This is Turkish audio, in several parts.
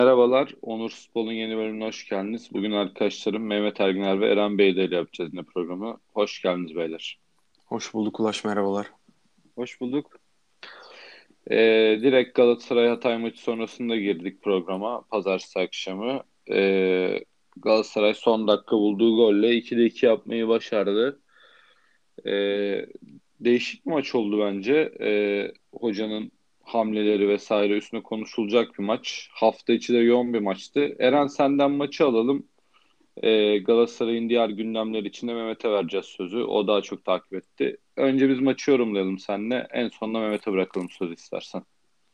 Merhabalar, Onur Futbol'un yeni bölümüne hoş geldiniz. Bugün arkadaşlarım Mehmet Erginer ve Eren Bey'le yapacağız yine programı. Hoş geldiniz beyler. Hoş bulduk Ulaş, merhabalar. Hoş bulduk. Direkt Galatasaray Hatay maçı sonrasında girdik programa. Pazartesi akşamı. Galatasaray son dakika bulduğu golle 2'de 2 yapmayı başardı. Ee, Değişik bir maç oldu bence. Hocanın hamleleri vesaire üstüne konuşulacak bir maç. Hafta içi de yoğun bir maçtı. Eren senden maçı alalım. Galatasaray'ın diğer gündemleri için de Mehmet'e vereceğiz sözü. O daha çok takip etti. Önce biz maçı yorumlayalım seninle. En sonunda Mehmet'e bırakalım sözü istersen.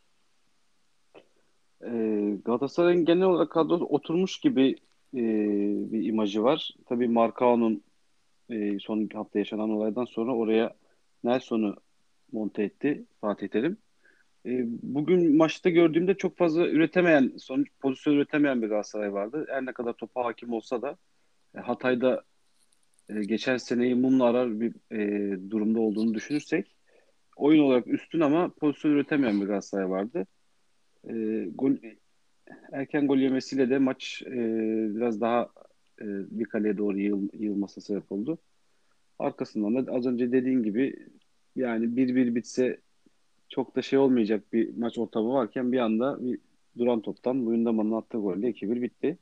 Galatasaray'ın genel olarak kadrosu oturmuş gibi e, bir imajı var. Tabii Marcao'nun son hafta yaşanan olaydan sonra oraya Nelson'u monte etti Fatih Terim. Bugün maçta gördüğümde çok fazla üretemeyen, sonuç pozisyon üretemeyen bir Galatasaray vardı. Her ne kadar topa hakim olsa da Hatay'da geçen seneyi mumla arar bir durumda olduğunu düşünürsek oyun olarak üstün ama pozisyon üretemeyen bir Galatasaray vardı. E, gol Erken gol yemesiyle de maç biraz daha bir kaleye doğru yığılmasına sebep oldu. Arkasından da az önce dediğin gibi yani 1-1 bitse çok da şey olmayacak bir maç ortamı varken bir anda bir duran toptan Luyendama'nın attığı golle 2-1 bitti.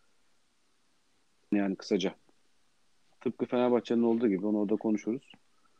Yani kısaca. Tıpkı Fenerbahçe'nin olduğu gibi onu orada konuşuruz.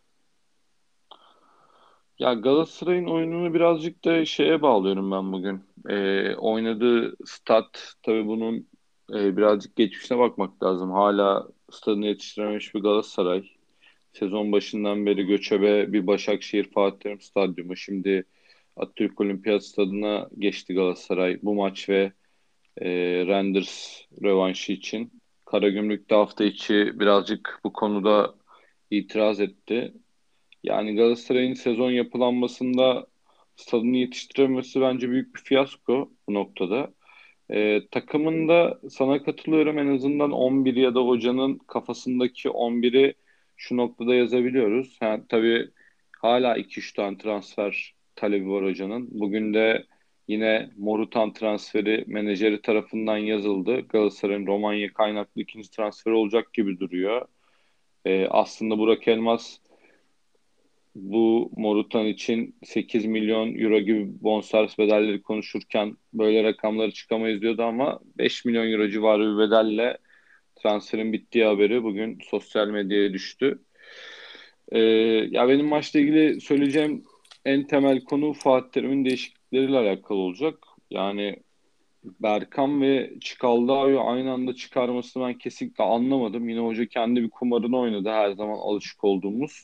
Ya Galatasaray'ın oyununu birazcık da şeye bağlıyorum ben bugün. Oynadığı stat tabii bunun birazcık geçmişine bakmak lazım. Hala stadını yetiştirememiş bir Galatasaray. Sezon başından beri göçebe bir Başakşehir Fatih Terim Stadyumu. Şimdi Atatürk Olimpiyat Stadı'na geçti Galatasaray bu maç ve e, Renders rövanşı için. Karagümrük de hafta içi birazcık bu konuda itiraz etti. Yani Galatasaray'ın sezon yapılanmasında stadını yetiştirememesi bence büyük bir fiyasko bu noktada. Takımın da sana katılıyorum, en azından 11 ya da hocanın kafasındaki 11'i şu noktada yazabiliyoruz. Ha, tabii hala 2-3 tane transfer talebi var hocanın. Bugün de yine Morutan transferi menajeri tarafından yazıldı. Galatasaray'ın Romanya kaynaklı ikinci transferi olacak gibi duruyor. Aslında Burak Elmas bu Morutan için 8 milyon euro gibi bonservis bedelleri konuşurken böyle rakamları çıkamayız diyordu ama 5 milyon euro civarı bir bedelle transferin bittiği haberi bugün sosyal medyaya düştü. Ee, Ya benim maçla ilgili söyleyeceğim en temel konu Fatih Terim'in değişiklikleriyle alakalı olacak. Yani Berkan ve Çikaldağ'ı aynı anda çıkarmasını ben kesinlikle anlamadım. Yine hoca kendi bir kumarını oynadı, her zaman alışık olduğumuz.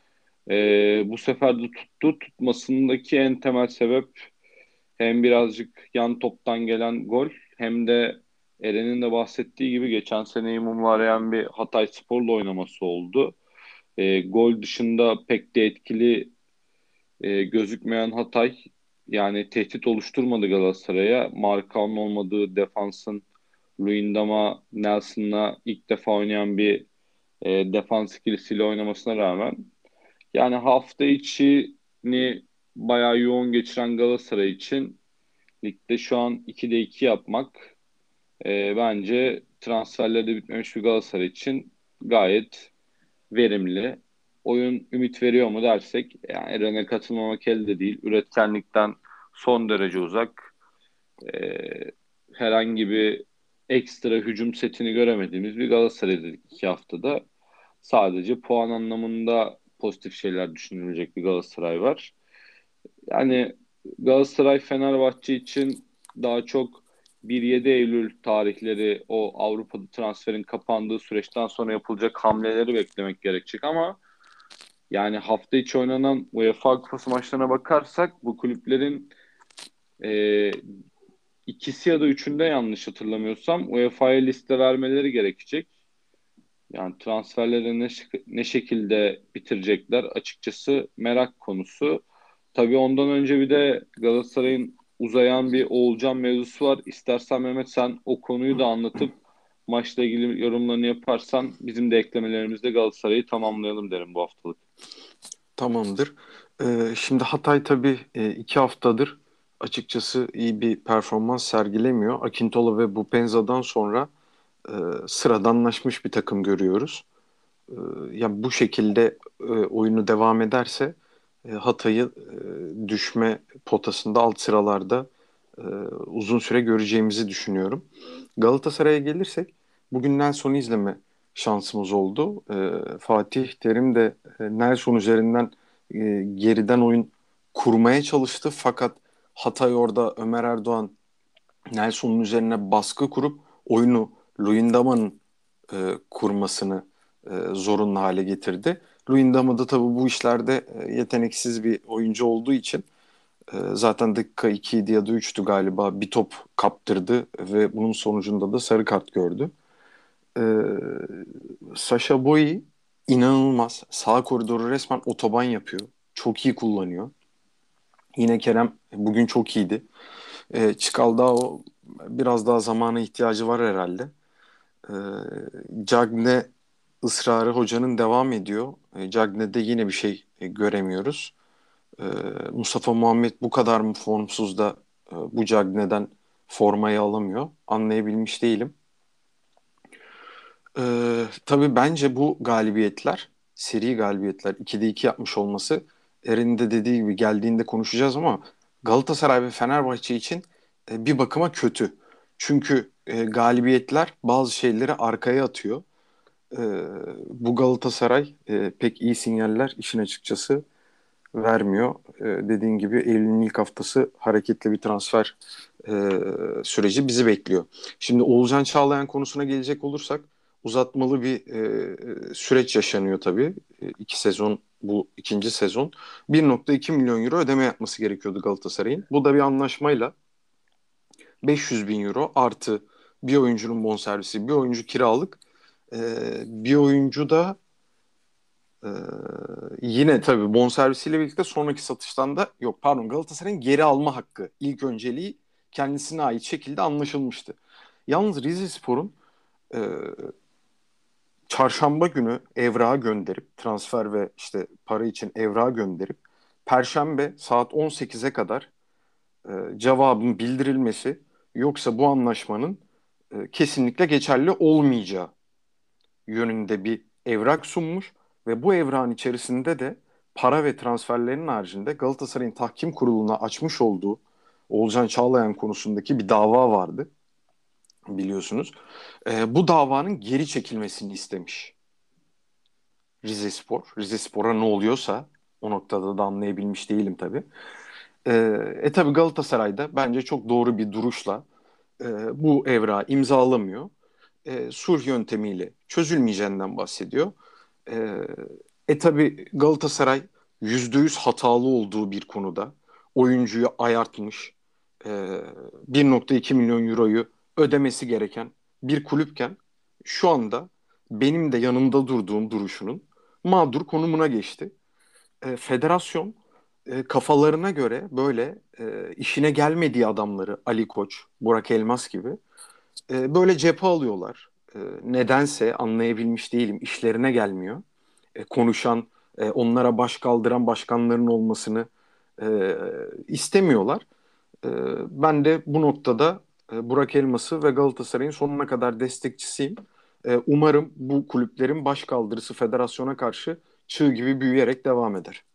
Bu sefer de tuttu. Tutmasındaki en temel sebep hem birazcık yan toptan gelen gol, hem de Eren'in de bahsettiği gibi geçen seneyi mumlayan bir Hatayspor'la oynaması oldu. Gol dışında pek de etkili gözükmeyen Hatay yani tehdit oluşturmadı Galatasaray'a. Markao'nun olmadığı defansın Luyendama, Nelson'la ilk defa oynayan bir defans ikilisiyle oynamasına rağmen yani hafta içini bayağı yoğun geçiren Galatasaray için ligde şu an 2'de 2 yapmak bence transferleri de bitmemiş bir Galatasaray için gayet verimli. Oyun ümit veriyor mu dersek yani Eren'e katılmamak elde değil. Üretkenlikten son derece uzak. E, Herhangi bir ekstra hücum setini göremediğimiz bir Galatasaray dedik 2 haftada. Sadece puan anlamında pozitif şeyler düşünülecek bir Galatasaray var. Yani Galatasaray Fenerbahçe için daha çok 1-7 Eylül tarihleri, o Avrupa'da transferin kapandığı süreçten sonra yapılacak hamleleri beklemek gerekecek ama yani hafta içi oynanan UEFA Kupası maçlarına bakarsak bu kulüplerin e, ikisi ya da üçünde, yanlış hatırlamıyorsam, UEFA'ya liste vermeleri gerekecek. Yani transferleri ne şekilde bitirecekler açıkçası merak konusu. Tabii ondan önce bir de Galatasaray'ın uzayan bir Oğulcan mevzusu var. İstersen Mehmet sen o konuyu da anlatıp maçla ilgili yorumlarını yaparsan bizim de eklemelerimizle Galatasaray'ı tamamlayalım derim bu haftalık. Tamamdır. Şimdi Hatay tabii 2 haftadır açıkçası iyi bir performans sergilemiyor. Akintola ve Bupenza'dan sonra e, sıradanlaşmış bir takım görüyoruz. E, Ya bu şekilde oyunu devam ederse Hatay'ı düşme potasında alt sıralarda e, uzun süre göreceğimizi düşünüyorum. Galatasaray'a gelirsek bugün Nelson'u izleme şansımız oldu. Fatih Terim de Nelson üzerinden geriden oyun kurmaya çalıştı. Fakat Hatay orada Ömer Erdoğan Nelson'un üzerine baskı kurup oyunu Luyendama'nın kurmasını zorunlu hale getirdi. Luyendama da tabii bu işlerde yeteneksiz bir oyuncu olduğu için zaten dakika 2'ydi ya da 3'tü galiba bir top kaptırdı ve bunun sonucunda da sarı kart gördü. E, Sasha Boy inanılmaz. Sağ koridoru resmen otoban yapıyor. Çok iyi kullanıyor. Yine Kerem bugün çok iyiydi. Çikaldao biraz daha zamana ihtiyacı var herhalde. E, Cagne ısrarı hocanın devam ediyor. Cagne'de yine bir şey göremiyoruz. E, Mustafa Muhammed bu kadar mı formsuz da bu Cagne'den formayı alamıyor? Anlayabilmiş değilim. Tabii bence bu galibiyetler, seri galibiyetler, 2'de 2 yapmış olması Eren'in de dediği gibi geldiğinde konuşacağız ama Galatasaray ve Fenerbahçe için bir bakıma kötü. Çünkü galibiyetler bazı şeyleri arkaya atıyor. E, Bu Galatasaray pek iyi sinyaller işin açıkçası vermiyor. Dediğin gibi Eylül'ün ilk haftası hareketli bir transfer e, süreci bizi bekliyor. Şimdi Oğulcan Çağlayan konusuna gelecek olursak uzatmalı bir süreç yaşanıyor tabii. 2 sezon bu ikinci sezon. 1,2 milyon euro ödeme yapması gerekiyordu Galatasaray'ın. Bu da bir anlaşmayla 500 bin euro artı bir oyuncunun bonservisi, bir oyuncu kiralık, e, bir oyuncu da Ee, yine tabii bonservisiyle birlikte sonraki satıştan da yok pardon Galatasaray'ın geri alma hakkı ilk önceliği kendisine ait şekilde anlaşılmıştı. Yalnız Rizespor'un e, çarşamba günü evrağı gönderip transfer ve işte para için evrağı gönderip Perşembe saat 18'e kadar cevabın bildirilmesi yoksa bu anlaşmanın kesinlikle geçerli olmayacağı yönünde bir evrak sunmuş ve bu evrağın içerisinde de para ve transferlerin haricinde Galatasaray'ın tahkim kuruluna açmış olduğu Oğulcan Çağlayan konusundaki bir dava vardı biliyorsunuz. Bu davanın geri çekilmesini istemiş Rizespor. Rizespor'a ne oluyorsa o noktada da anlayabilmiş değilim tabii. Tabii Galatasaray'da bence çok doğru bir duruşla bu evrağı imzalamıyor. Sulh yöntemiyle çözülmeyeceğinden bahsediyor. E, tabii Galatasaray %100 hatalı olduğu bir konuda oyuncuyu ayartmış. 1,2 milyon euroyu ödemesi gereken bir kulüpken şu anda benim de yanımda durduğum duruşunun mağdur konumuna geçti. Federasyon kafalarına göre böyle işine gelmediği adamları Ali Koç, Burak Elmas gibi böyle cephe alıyorlar. Nedense anlayabilmiş değilim. İşlerine gelmiyor. Konuşan, onlara baş kaldıran başkanların olmasını e, istemiyorlar. E, Ben de bu noktada Burak Elmas'ı ve Galatasaray'ın sonuna kadar destekçisiyim. Umarım bu kulüplerin baş kaldırısı federasyona karşı çığ gibi büyüyerek devam eder.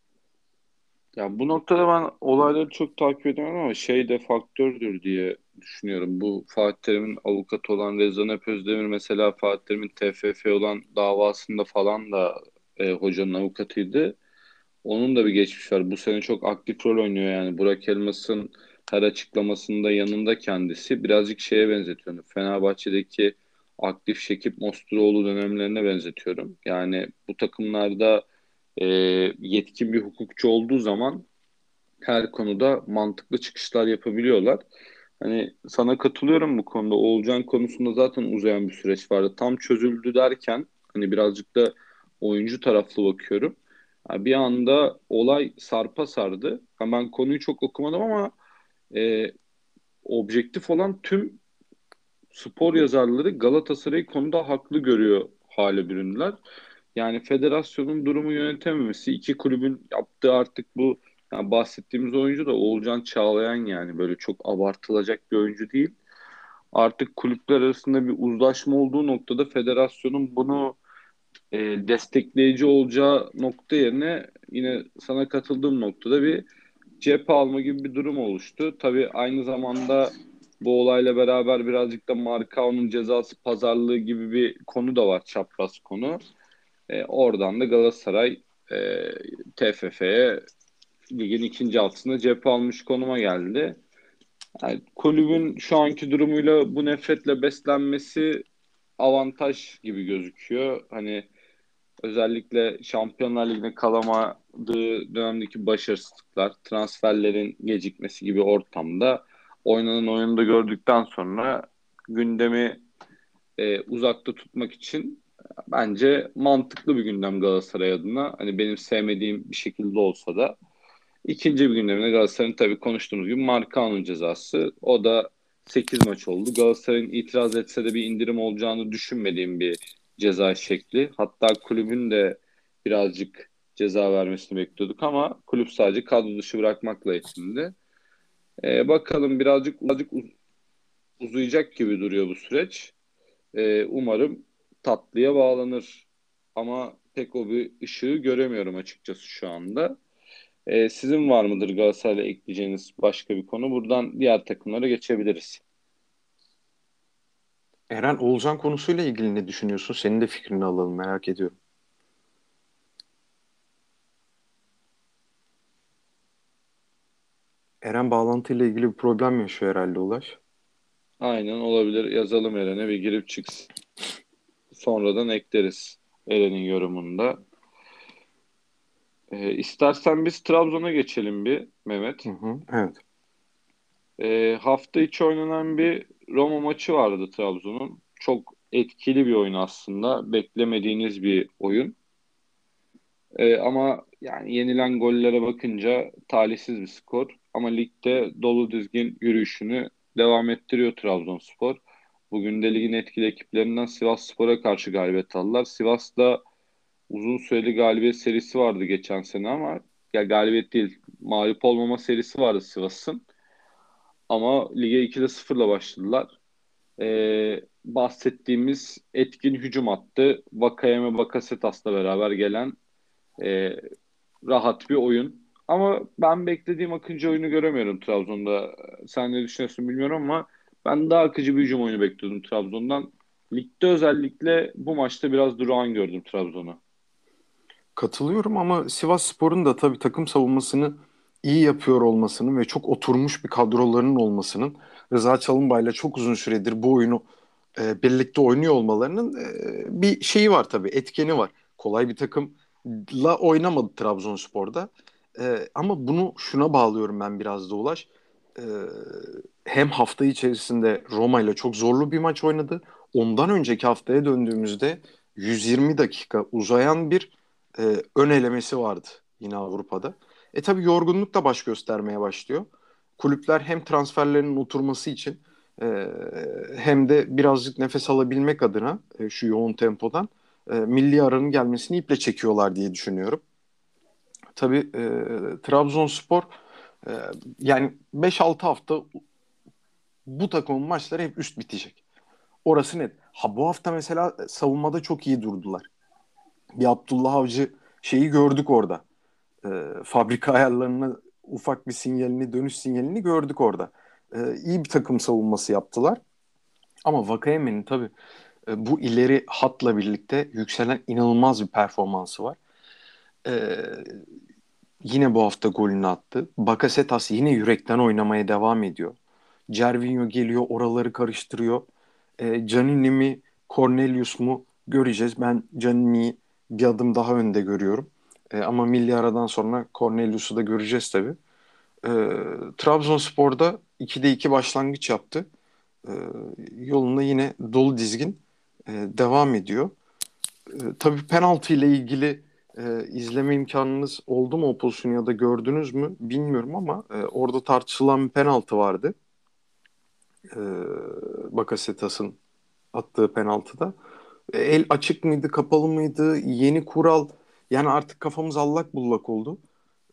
Ya bu noktada ben olayları çok takip edemem ama şey de faktördür diye düşünüyorum. Bu Fatih Terim'in avukatı olan Rezan Özdemir mesela Fatih Terim'in TFF olan davasında falan da hocanın avukatıydı. Onun da bir geçmiş var. Bu sene çok aktif rol oynuyor yani. Burak Elmas'ın her açıklamasında yanında kendisi. Birazcık şeye benzetiyorum. Fenerbahçe'deki aktif Şekip Mosturoğlu dönemlerine benzetiyorum. Yani bu takımlarda e, yetkin bir hukukçu olduğu zaman her konuda mantıklı çıkışlar yapabiliyorlar. Hani sana katılıyorum bu konuda. Oğulcan konusunda zaten uzayan bir süreç vardı. Tam çözüldü derken hani birazcık da oyuncu taraflı bakıyorum. Ha, bir anda olay sarpa sardı. Ha, ben konuyu çok okumadım ama e, objektif olan tüm spor yazarları Galatasaray'ı konuda haklı görüyor hale büründüler. Yani federasyonun durumu yönetememesi, iki kulübün yaptığı artık bu Yani bahsettiğimiz oyuncu da Oğulcan Çağlayan, yani böyle çok abartılacak bir oyuncu değil. Artık kulüpler arasında bir uzlaşma olduğu noktada federasyonun bunu destekleyici olacağı nokta yerine yine sana katıldığım noktada bir cephe alma gibi bir durum oluştu. Tabii aynı zamanda bu olayla beraber birazcık da Markao'nun cezası pazarlığı gibi bir konu da var, çapraz konu. Oradan da Galatasaray TFF'ye ligin ikinci altısında cephe almış konuma geldi. Yani kulübün şu anki durumuyla bu nefretle beslenmesi avantaj gibi gözüküyor. Hani özellikle Şampiyonlar Ligi'ne kalamadığı dönemdeki başarısızlıklar, transferlerin gecikmesi gibi ortamda oynanan oyunu da gördükten sonra gündemi uzakta tutmak için bence mantıklı bir gündem Galatasaray adına. Hani benim sevmediğim bir şekilde olsa da ikinci bir gündemine Galatasaray'ın, tabii konuştuğumuz gibi, Marcao'nun cezası. O da 8 maç oldu. Galatasaray'ın itiraz etse de bir indirim olacağını düşünmediğim bir ceza şekli. Hatta kulübün de birazcık ceza vermesini bekliyorduk ama kulüp sadece kadro dışı bırakmakla yetindi. Bakalım, birazcık uzayacak gibi duruyor bu süreç. Umarım tatlıya bağlanır. Ama pek o bir ışığı göremiyorum açıkçası şu anda. Sizin var mıdır Galatasaray'la ekleyeceğiniz başka bir konu? Buradan diğer takımlara geçebiliriz. Eren, Oğulcan konusuyla ilgili ne düşünüyorsun? Senin de fikrini alalım, merak ediyorum. Eren bağlantıyla ilgili bir problem yaşıyor herhalde, Ulaş. Aynen, olabilir. Yazalım Eren'e, bir girip çıksın. Sonradan ekleriz Eren'in yorumunda. İstersen biz Trabzon'a geçelim bir Hı Mehmet. hı, evet. Hafta içi oynanan bir Roma maçı vardı Trabzon'un. Çok etkili bir oyun aslında. Beklemediğiniz bir oyun. Ama yani yenilen gollere bakınca talihsiz bir skor. Ama ligde dolu dizgin yürüyüşünü devam ettiriyor Trabzonspor. Bugün de ligin etkili ekiplerinden Sivasspor'a karşı galibiyet aldılar. Sivas'ta uzun süreli galibiyet serisi vardı geçen sene ama ya galibiyet değil, mağlup olmama serisi vardı Sivas'ın. Ama lige 2'de 0'la başladılar. Bahsettiğimiz etkin hücum hattı Vakayeme Bakasetas'la beraber gelen e, rahat bir oyun. Ama ben beklediğim akıcı oyunu göremiyorum Trabzon'da. Sen ne düşünüyorsun bilmiyorum ama ben daha akıcı bir hücum oyunu bekliyordum Trabzon'dan. Ligde özellikle bu maçta biraz durağan gördüm Trabzon'u. Katılıyorum ama Sivasspor'un da tabii takım savunmasını iyi yapıyor olmasının ve çok oturmuş bir kadrolarının olmasının, Rıza Çalınbay'la çok uzun süredir bu oyunu birlikte oynuyor olmalarının bir şeyi var tabii, etkeni var. Kolay bir takımla oynamadı Trabzonspor'da. Ama bunu şuna bağlıyorum ben biraz da, Ulaş. E, Hem hafta içerisinde Roma ile çok zorlu bir maç oynadı. Ondan önceki haftaya döndüğümüzde 120 dakika uzayan bir ön elemesi vardı yine Avrupa'da. Tabii yorgunluk da baş göstermeye başlıyor. Kulüpler hem transferlerinin oturması için hem de birazcık nefes alabilmek adına şu yoğun tempodan milli aranın gelmesini iple çekiyorlar diye düşünüyorum. Tabii Trabzonspor e, yani 5-6 hafta bu takımın maçları hep üst bitecek. Orası net. Ha, bu hafta mesela savunmada çok iyi durdular. Bir Abdullah Avcı şeyi gördük orada. Fabrika ayarlarına ufak bir sinyalini, dönüş sinyalini gördük orada. İyi bir takım savunması yaptılar. Ama Vakayeme'nin tabii bu ileri hatla birlikte yükselen inanılmaz bir performansı var. Ee, Yine bu hafta golünü attı. Bakasetas yine yürekten oynamaya devam ediyor. Cervinho geliyor, oraları karıştırıyor. Canini mi, Cornelius mu göreceğiz. Ben Canini'yi bir adım daha önde görüyorum. Ama milli aradan sonra Cornelius'u da göreceğiz tabii. E, Trabzonspor'da 2'de 2 başlangıç yaptı. E, Yolunda yine dolu dizgin devam ediyor. Tabii penaltı ile ilgili izleme imkanınız oldu mu o pozisyonu, ya da gördünüz mü bilmiyorum ama orada tartışılan bir penaltı vardı. E, Bakasetas'ın attığı penaltıda. El açık mıydı, kapalı mıydı? Yeni kural. Yani artık kafamız allak bullak oldu.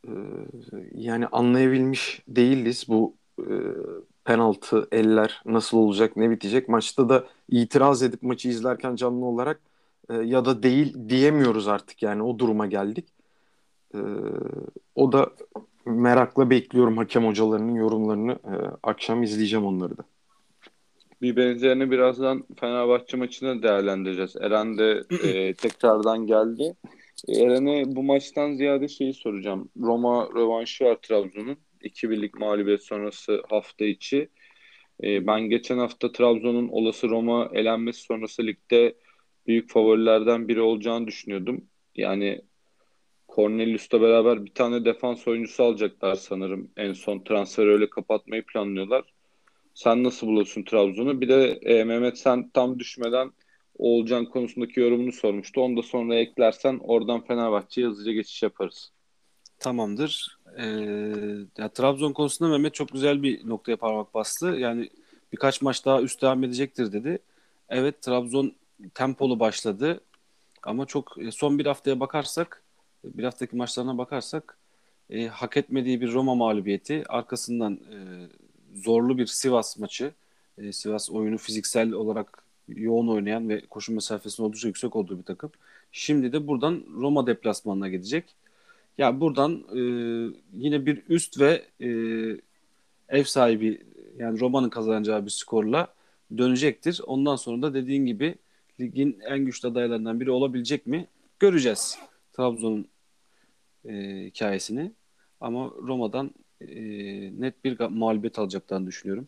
e, yani anlayabilmiş değiliz bu penaltı, eller nasıl olacak, ne bitecek. Maçta da itiraz edip maçı izlerken canlı olarak ya da değil diyemiyoruz artık, yani o duruma geldik. E, O da merakla bekliyorum hakem hocalarının yorumlarını. Akşam izleyeceğim onları da. Bir benzerini birazdan Fenerbahçe maçını değerlendireceğiz. Eren de tekrardan geldi. Eren'e bu maçtan ziyade şeyi soracağım. Roma rövanşı var Trabzon'un. 2-1'lik mağlubiyet sonrası hafta içi. Ben geçen hafta Trabzon'un olası Roma elenmesi sonrası ligde büyük favorilerden biri olacağını düşünüyordum. Yani Cornelius'la beraber bir tane defans oyuncusu alacaklar sanırım. En son transferi öyle kapatmayı planlıyorlar. Sen nasıl buluyorsun Trabzon'u? Bir de Mehmet sen tam düşmeden Oğulcan konusundaki yorumunu sormuştu. Onu da sonra eklersen oradan Fenerbahçe'ye hızlıca geçiş yaparız. Tamamdır. Ya Trabzon konusunda Mehmet çok güzel bir noktaya parmak bastı. Yani birkaç maç daha üst devam edecektir dedi. Evet, Trabzon tempolu başladı ama çok son bir haftaya bakarsak, bir haftaki maçlarına bakarsak hak etmediği bir Roma mağlubiyeti, arkasından zorlu bir Sivas maçı. Sivas oyunu fiziksel olarak yoğun oynayan ve koşu mesafesinin oldukça yüksek olduğu bir takım. Şimdi de buradan Roma deplasmanına gidecek. Ya buradan yine bir üst ve ev sahibi, yani Roma'nın kazanacağı bir skorla dönecektir. Ondan sonra da dediğin gibi ligin en güçlü adaylarından biri olabilecek mi? Göreceğiz Trabzon'un hikayesini. Ama Roma'dan net bir mağlubiyet alacaklarını düşünüyorum.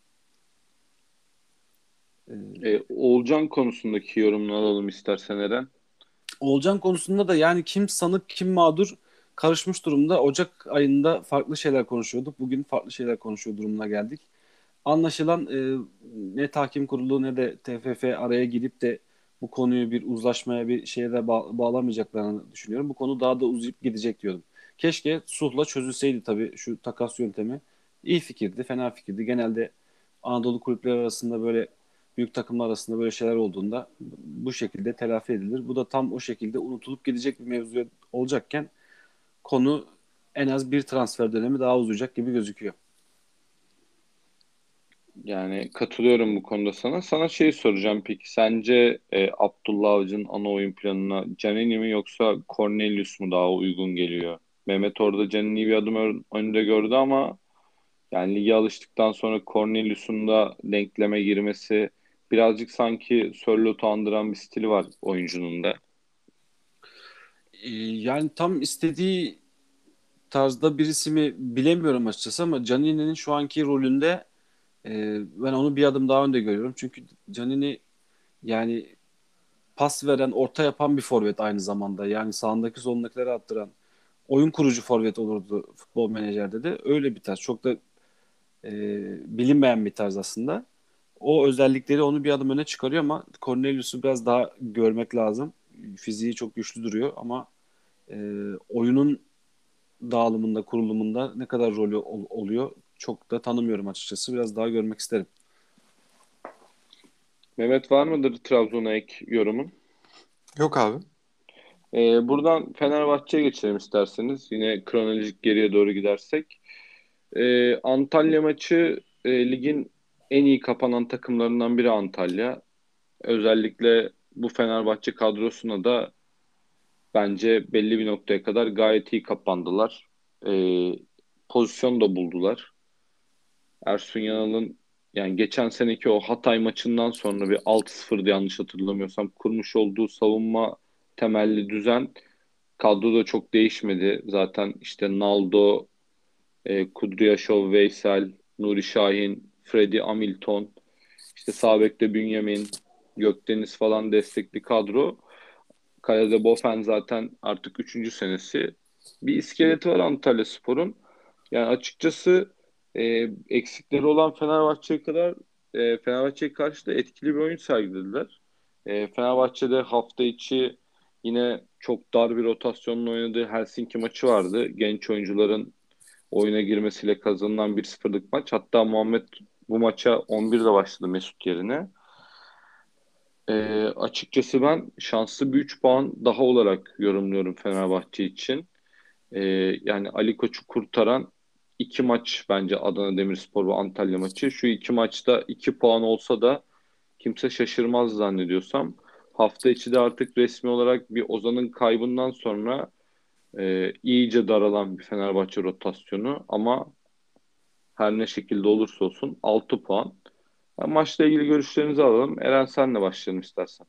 Oğulcan konusundaki yorumunu alalım istersen Eren. Oğulcan konusunda da yani kim sanık kim mağdur karışmış durumda. Ocak ayında farklı şeyler konuşuyorduk. Bugün farklı şeyler konuşuyor durumuna geldik. Anlaşılan ne tahkim kurulu ne de TFF araya girip de bu konuyu bir uzlaşmaya, bir şeye de bağlamayacaklarını düşünüyorum. Bu konu daha da uzayıp gidecek diyordum. Keşke sulhla çözülseydi tabii şu takas yöntemi. İyi fikirdi, fena fikirdi. Genelde Anadolu kulüpleri arasında böyle, büyük takımlar arasında böyle şeyler olduğunda bu şekilde telafi edilir. Bu da tam o şekilde unutulup gidecek bir mevzu olacakken konu en az bir transfer dönemi daha uzayacak gibi gözüküyor. Yani katılıyorum bu konuda sana. Sana şeyi soracağım peki. Sence Abdullah Avcı'nın ana oyun planına Canini mi yoksa Cornelius mu daha uygun geliyor? Mehmet orada Canini'yi bir adım önde gördü ama yani lige alıştıktan sonra Cornelius'un da denkleme girmesi birazcık sanki Sörlot'u andıran bir stili var oyuncunun da. Yani tam istediği tarzda birisi mi bilemiyorum açıkçası ama Canini'nin şu anki rolünde ben onu bir adım daha önde görüyorum. Çünkü Canini yani pas veren, orta yapan bir forvet aynı zamanda. Yani sağındaki solundakileri attıran, oyun kurucu forvet olurdu futbol menajerde de. Öyle bir tarz. Çok da bilinmeyen bir tarz aslında. O özellikleri onu bir adım öne çıkarıyor ama Cornelius'u biraz daha görmek lazım. Fiziği çok güçlü duruyor ama oyunun dağılımında, kurulumunda ne kadar rolü oluyor çok da tanımıyorum açıkçası. Biraz daha görmek isterim. Mehmet var mıdır Trabzon'a ek yorumun? Yok abi. Buradan Fenerbahçe'ye geçelim isterseniz. Yine kronolojik geriye doğru gidersek. Antalya maçı ligin en iyi kapanan takımlarından biri Antalya. Özellikle bu Fenerbahçe kadrosuna da bence belli bir noktaya kadar gayet iyi kapandılar. Pozisyon da buldular. Ersun Yanal'ın yani geçen seneki o Hatay maçından sonra bir 6-0'dı yanlış hatırlamıyorsam kurmuş olduğu savunma temelli düzen kadro da çok değişmedi. Zaten işte Naldo, Kudryashov, Veysel, Nuri Şahin, Freddy Hamilton, işte sağ bekte Bünyamin, Gökdeniz falan destekli kadro. Kalede Bofen zaten artık üçüncü senesi. Bir iskeleti var Antalyaspor'un. Yani açıkçası eksikleri olan Fenerbahçe'ye karşı da etkili bir oyun sergilediler. Fenerbahçe'de hafta içi yine çok dar bir rotasyonla oynadığı Helsinki maçı vardı. Genç oyuncuların oyuna girmesiyle kazanılan 1-0'lık maç. Hatta Muhammed bu maça 11'de başladı Mesut yerine. Açıkçası ben şanslı bir 3 puan daha olarak yorumluyorum Fenerbahçe için. e, yani Ali Koç'u kurtaran iki maç bence Adana Demirspor ve Antalya maçı. Şu iki maçta 2 puan olsa da kimse şaşırmaz zannediyorsam. Hafta içi de artık resmi olarak bir Ozan'ın kaybından sonra iyice daralan bir Fenerbahçe rotasyonu ama her ne şekilde olursa olsun 6 puan. Maçla ilgili görüşlerinizi alalım. Eren senle başlayalım istersen.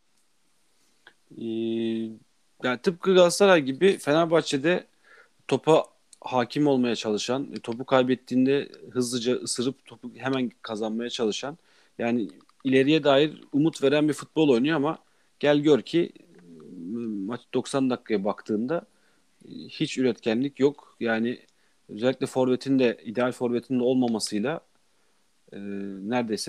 Ee, Yani tıpkı Galatasaray gibi Fenerbahçe'de topa hakim olmaya çalışan, topu kaybettiğinde hızlıca ısırıp topu hemen kazanmaya çalışan, yani ileriye dair umut veren bir futbol oynuyor ama gel gör ki maç 90 dakikaya baktığında hiç üretkenlik yok. Yani özellikle forvetin de ideal forvetin de olmamasıyla neredeyse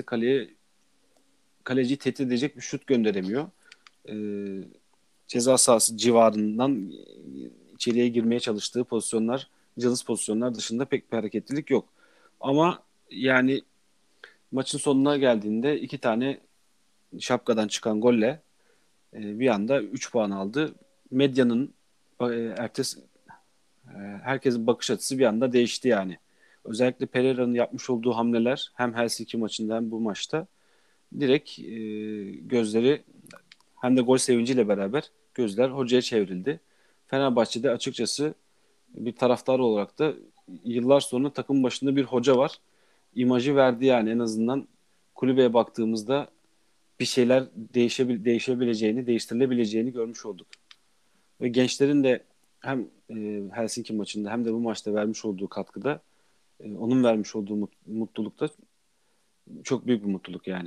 kaleciyi tehdit edecek bir şut gönderemiyor. E, Ceza sahası civarından içeriye girmeye çalıştığı pozisyonlar, cılız pozisyonlar dışında pek bir hareketlilik yok. Ama yani maçın sonuna geldiğinde iki tane şapkadan çıkan golle bir anda 3 puan aldı. Medyanın ertesi herkesin bakış açısı bir anda değişti yani. Özellikle Pereira'nın yapmış olduğu hamleler hem Helsinki maçında hem bu maçta direkt gözleri hem de gol sevinciyle beraber gözler hocaya çevrildi. Fenerbahçe'de açıkçası bir taraftar olarak da yıllar sonra takım başında bir hoca var. İmajı verdi yani en azından kulübeye baktığımızda bir şeyler değişebileceğini, değiştirilebileceğini görmüş olduk. Ve gençlerin de hem Helsinki maçında hem de bu maçta vermiş olduğu katkıda onun vermiş olduğu mutlulukta çok büyük bir mutluluk yani.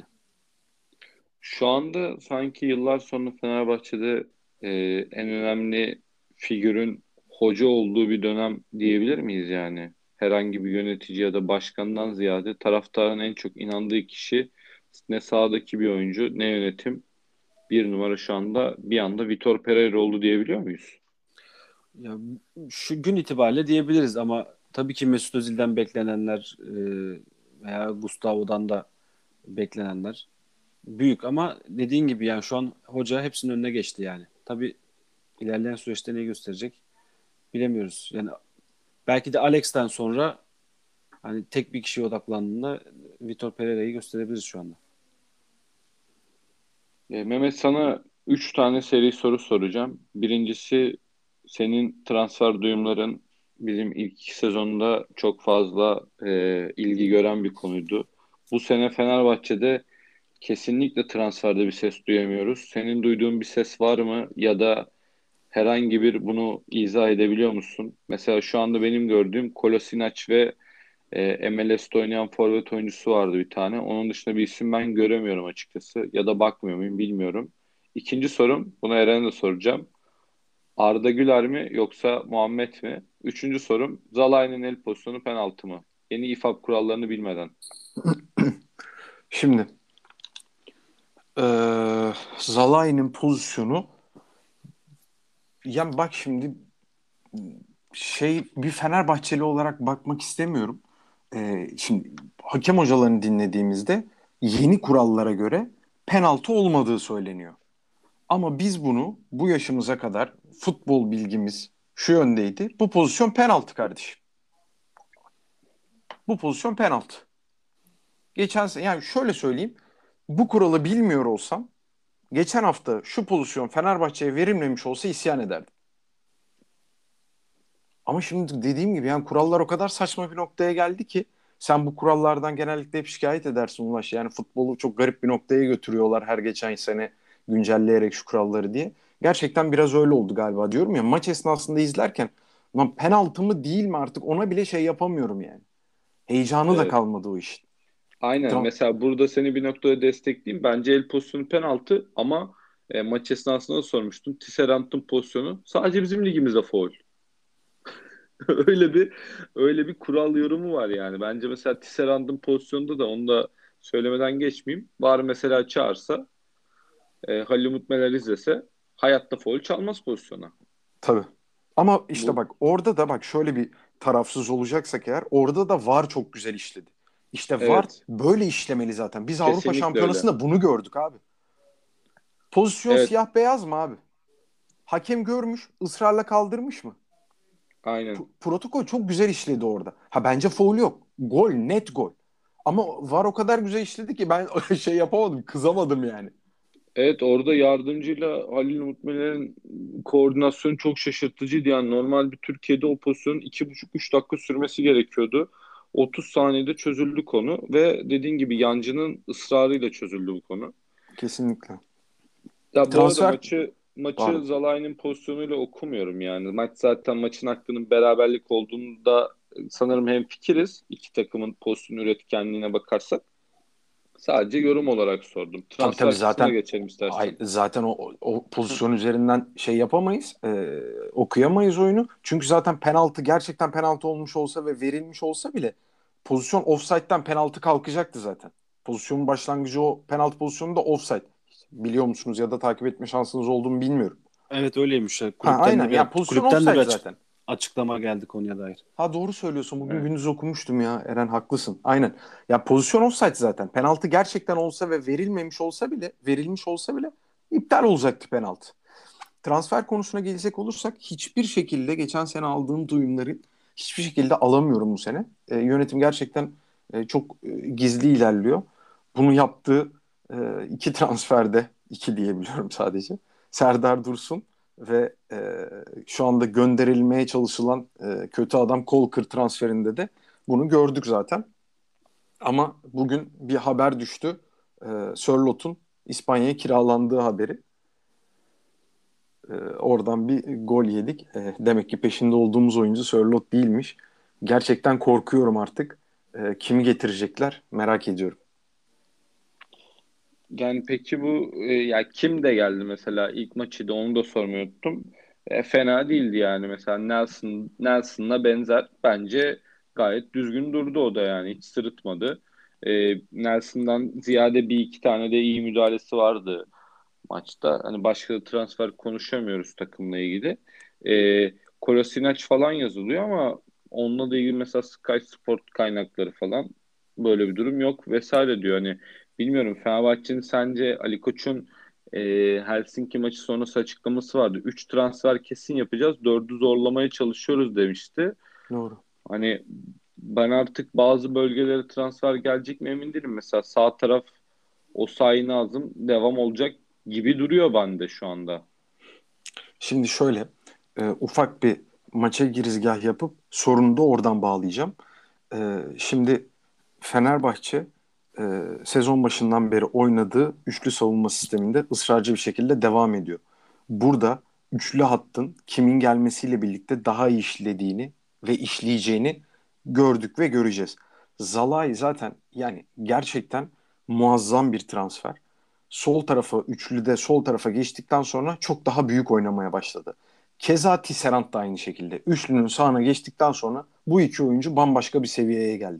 Şu anda sanki yıllar sonra Fenerbahçe'de e, en önemli figürün hoca olduğu bir dönem diyebilir miyiz yani? Herhangi bir yönetici ya da başkandan ziyade taraftarın en çok inandığı kişi ne sahadaki bir oyuncu ne yönetim. Bir numara şu anda bir anda Vitor Pereira oldu diyebiliyor muyuz? Ya, şu gün itibariyle diyebiliriz ama tabii ki Mesut Özil'den beklenenler veya Gustavo'dan da beklenenler büyük ama dediğin gibi yani şu an hoca hepsinin önüne geçti yani. Tabii ilerleyen süreçte ne gösterecek bilemiyoruz. Yani belki de Alex'ten sonra hani tek bir kişiye odaklandığında Vitor Pereira'yı gösterebiliriz şu anda. Mehmet sana 3 tane seri soru soracağım. Birincisi senin transfer duyumların bizim ilk 2 sezonda çok fazla ilgi gören bir konuydu. Bu sene Fenerbahçe'de kesinlikle transferde bir ses duyamıyoruz. Senin duyduğun bir ses var mı ya da herhangi bir bunu izah edebiliyor musun? Mesela şu anda benim gördüğüm Kolasinac ve MLS'te oynayan forvet oyuncusu vardı bir tane. Onun dışında bir isim ben göremiyorum açıkçası. Ya da bakmıyor muyum bilmiyorum. İkinci sorum, bunu Eren'e de soracağım. Arda Güler mi yoksa Muhammed mi? Üçüncü sorum, Zalai'nin el pozisyonu penaltı mı? Yeni İFAB kurallarını bilmeden. Şimdi Zalai'nin pozisyonu, yani bak şimdi bir Fenerbahçeli olarak bakmak istemiyorum. Şimdi hakem hocalarını dinlediğimizde yeni kurallara göre penaltı olmadığı söyleniyor. Ama biz bunu bu yaşımıza kadar futbol bilgimiz şu yöndeydi. Bu pozisyon penaltı kardeşim. Bu pozisyon penaltı. Geçen sene, yani şöyle söyleyeyim. Bu kuralı bilmiyor olsam geçen hafta şu pozisyon Fenerbahçe'ye verilmemiş olsa isyan ederdim. Ama şimdi dediğim gibi yani kurallar o kadar saçma bir noktaya geldi ki sen bu kurallardan genellikle hep şikayet edersin Ulaş. Yani futbolu çok garip bir noktaya götürüyorlar her geçen sene güncelleyerek şu kuralları diye. Gerçekten biraz öyle oldu galiba diyorum ya, maç esnasında izlerken lan penaltı mı değil mi artık ona bile şey yapamıyorum yani. Heyecanı da Evet. kalmadı o işin. Aynen. Tra- Mesela burada seni bir noktada destekleyeyim. Bence el pozisyonu penaltı ama maç esnasında da sormuştum. Tisserant'ın pozisyonu sadece bizim ligimizde faul. Öyle bir kural yorumu var yani. Bence mesela Tisserand'ın pozisyonunda da onu da söylemeden geçmeyeyim. Var mesela çağırsa Halil Umut Meler izlese hayatta faul çalmaz pozisyona. tabii. Ama işte Bu bak orada da bak şöyle bir tarafsız olacaksak eğer orada da VAR çok güzel işledi. İşte VAR evet, böyle işlemeli zaten. Biz Avrupa kesinlikle öyle. Şampiyonası'nda bunu gördük abi. Pozisyon Evet, siyah beyaz mı abi? Hakem görmüş, ısrarla kaldırmış mı? Aynen. Protokol çok güzel işledi orada. Ha bence faul yok. Gol, net gol. Ama VAR o kadar güzel işledi ki ben şey yapamadım, kızamadım yani. Evet, orada yardımcıyla Halil Umutmeler'in koordinasyonu çok şaşırtıcıydı. Yani normal bir Türkiye'de o pozisyonun 2,5-3 dakika sürmesi gerekiyordu. 30 saniyede çözüldü konu ve dediğin gibi yancının ısrarıyla çözüldü bu konu. Kesinlikle. Ya bu arada Transfer, maçı pardon. Zalai'nin pozisyonuyla okumuyorum yani. Maç zaten maçın hakkının beraberlik olduğunda sanırım hemfikiriz. İki takımın pozisyon üretkenliğine bakarsak. Sadece yorum olarak sordum. Tabii Transfer kısmına zaten geçelim istersen. zaten o pozisyon üzerinden şey yapamayız. Okuyamayız oyunu. Çünkü zaten penaltı gerçekten penaltı olmuş olsa ve verilmiş olsa bile pozisyon offside'den penaltı kalkacaktı zaten. Pozisyonun başlangıcı o penaltı pozisyonu da offside. Biliyor musunuz ya da takip etme şansınız olduğunu bilmiyorum. Evet öyleymiş. Ha aynen ya, pozisyon offside Açık, zaten. açıklama geldi konuya dair. Ha doğru söylüyorsun. Bugün Evet. gündüz okumuştum ya. Eren haklısın. Aynen. Ya pozisyon offside zaten. Penaltı gerçekten olsa ve verilmemiş olsa bile, verilmiş olsa bile iptal olacaktı penaltı. Transfer konusuna gelecek olursak hiçbir şekilde geçen sene aldığım duyumları hiçbir şekilde alamıyorum bu sene. Yönetim gerçekten çok gizli ilerliyor. Bunu yaptığı iki transferde, iki diyebiliyorum sadece. Serdar Dursun ve şu anda gönderilmeye çalışılan kötü adam Kolkır transferinde de bunu gördük zaten. Ama bugün bir haber düştü. Sörlot'un İspanya'ya kiralandığı haberi. Oradan bir gol yedik. Demek ki peşinde olduğumuz oyuncu Sörloth değilmiş. Gerçekten korkuyorum artık. Kimi getirecekler merak ediyorum. Yani peki bu ya kim de geldi mesela ilk maçı da onu da sormayı unuttum. Fena değildi yani mesela Nelson'la benzer bence gayet düzgün durdu o da yani hiç sırıtmadı. Nelson'dan ziyade bir iki tane de iyi müdahalesi vardı maçta. Hani başka da transfer konuşamıyoruz takımla ilgili. Kolasinac falan yazılıyor ama onunla da ilgili mesela Sky Sport kaynakları falan böyle bir durum yok vesaire diyor. Hani bilmiyorum, Fenerbahçe'nin sence Ali Koç'un e, Helsinki maçı sonrası açıklaması vardı. 3 transfer kesin yapacağız. 4'ü zorlamaya çalışıyoruz demişti. Doğru. Hani ben artık bazı bölgelere transfer gelecek mi emin değilim. Mesela sağ taraf Osayi Nazım devam olacak gibi duruyor bende şu anda. Şimdi şöyle ufak bir maça girizgah yapıp sorunu da oradan bağlayacağım. Şimdi Fenerbahçe sezon başından beri oynadığı üçlü savunma sisteminde ısrarcı bir şekilde devam ediyor. Burada üçlü hattın kimin gelmesiyle birlikte daha iyi işlediğini ve işleyeceğini gördük ve göreceğiz. Zalai zaten yani gerçekten muazzam bir transfer. Sol tarafa, üçlüde sol tarafa geçtikten sonra çok daha büyük oynamaya başladı. Keza Tisserand da aynı şekilde. Üçlünün sağına geçtikten sonra bu iki oyuncu bambaşka bir seviyeye geldi.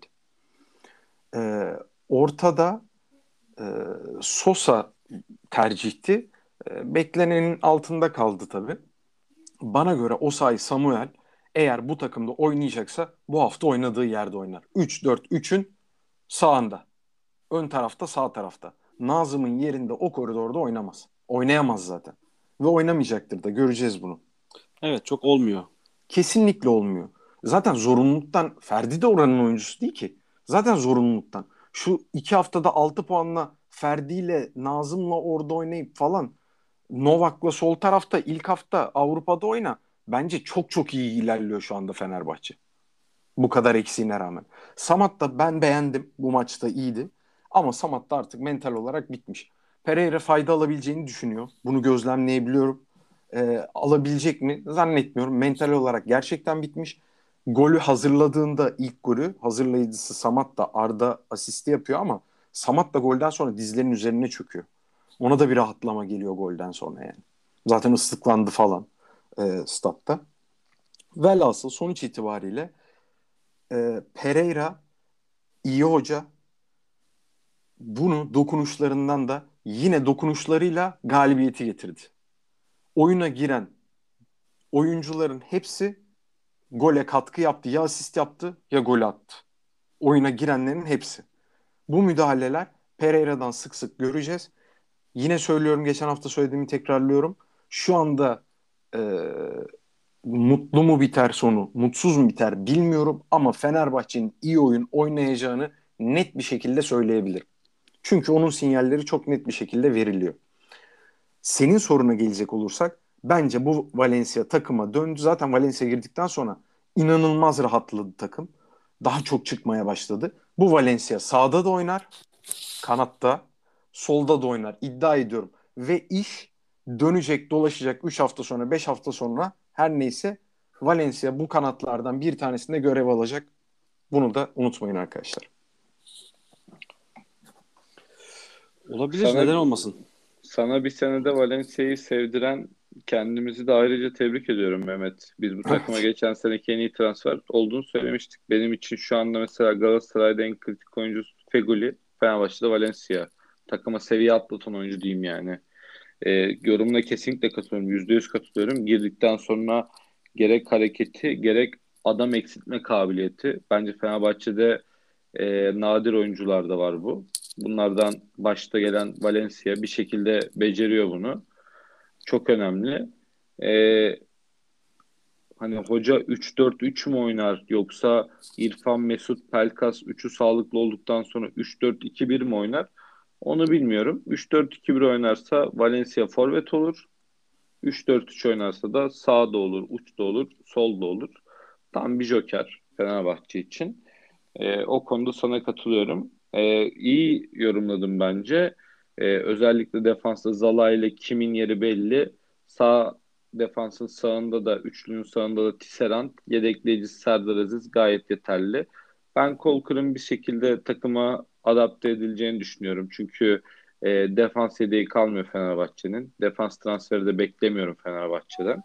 Ee, ortada e, Sosa tercihti. Beklenenin altında kaldı tabii. Bana göre Osayi Samuel eğer bu takımda oynayacaksa bu hafta oynadığı yerde oynar. 3-4-3'ün sağında. Ön tarafta, sağ tarafta. Nazım'ın yerinde o koridorda oynamaz. Oynayamaz zaten. Ve oynamayacaktır da, göreceğiz bunu. Evet, çok olmuyor. Kesinlikle olmuyor. Zaten zorunluluktan, Ferdi de oranın oyuncusu değil ki. Zaten zorunluluktan. Şu 2 haftada 6 puanla Ferdi ile Nazım'la orada oynayıp falan Novak'la sol tarafta ilk hafta Avrupa'da oyna. Bence çok çok iyi ilerliyor şu anda Fenerbahçe. Bu kadar eksiğine rağmen. Samat da ben beğendim. Bu maçta iyiydi. Ama Samat da artık mental olarak bitmiş. Pereira fayda alabileceğini düşünüyor. Bunu gözlemleyebiliyorum. Alabilecek mi? Zannetmiyorum. Mental olarak gerçekten bitmiş. Golü hazırladığında ilk golü hazırlayıcısı Samat da, Arda asisti yapıyor ama Samat da golden sonra dizlerinin üzerine çöküyor. Ona da bir rahatlama geliyor golden sonra yani. Zaten ıslıklandı falan statta. Velhasıl sonuç itibariyle Pereira iyi hoca. Bunu dokunuşlarından da yine dokunuşlarıyla galibiyeti getirdi. Oyuna giren oyuncuların hepsi gole katkı yaptı. Ya asist yaptı ya gol attı. Oyuna girenlerin hepsi. Bu müdahaleler Pereira'dan sık sık göreceğiz. Yine söylüyorum, geçen hafta söylediğimi tekrarlıyorum. Şu anda e, Mutlu mu biter sonu, mutsuz mu biter bilmiyorum ama Fenerbahçe'nin iyi oyun oynayacağını net bir şekilde söyleyebilirim. Çünkü onun sinyalleri çok net bir şekilde veriliyor. Senin soruna gelecek olursak bence bu Valencia takıma döndü. Zaten Valencia girdikten sonra inanılmaz rahatladı takım. Daha çok çıkmaya başladı. Bu Valencia sağda da oynar, kanatta, solda da oynar. İddia ediyorum. Ve iş dönecek, dolaşacak 3 hafta sonra, 5 hafta sonra her neyse Valencia bu kanatlardan bir tanesinde görev alacak. Bunu da unutmayın arkadaşlar. Olabilir. Sana Neden olmasın? sana bir senede Valencia'yı sevdiren kendimizi de ayrıca tebrik ediyorum Mehmet. Biz bu takıma Evet. geçen seneki en iyi transfer olduğunu söylemiştik. Benim için şu anda mesela Galatasaray'da en kritik oyuncusu Feguli, Fenerbahçe'de Valencia. Takıma seviye atlatan oyuncu diyeyim yani. Yorumuna kesinlikle katılıyorum. %100 katılıyorum. Girdikten sonra gerek hareketi gerek adam eksiltme kabiliyeti. Bence Fenerbahçe'de nadir oyuncular da var bu. Bunlardan başta gelen Valencia bir şekilde beceriyor bunu. Çok önemli. Ee, Hani hoca 3-4-3 mü oynar yoksa İrfan, Mesut, Pelkas üçü sağlıklı olduktan sonra 3-4-2-1 mi oynar? Onu bilmiyorum. 3-4-2-1 oynarsa Valencia forvet olur. 3-4-3 oynarsa da sağda olur, uçta olur, solda olur. Tam bir joker Fenerbahçe için. O konuda sana katılıyorum. İyi yorumladım bence. Özellikle defansta Zala ile kimin yeri belli. Sağ defansın sağında da üçlünün sağında da Tisserand, yedekleyicisi Serdar Aziz gayet yeterli. Ben Kolkır'ın bir şekilde takıma adapte edileceğini düşünüyorum. Çünkü defans yedeği kalmıyor Fenerbahçe'nin. Defans transferi de beklemiyorum Fenerbahçe'den.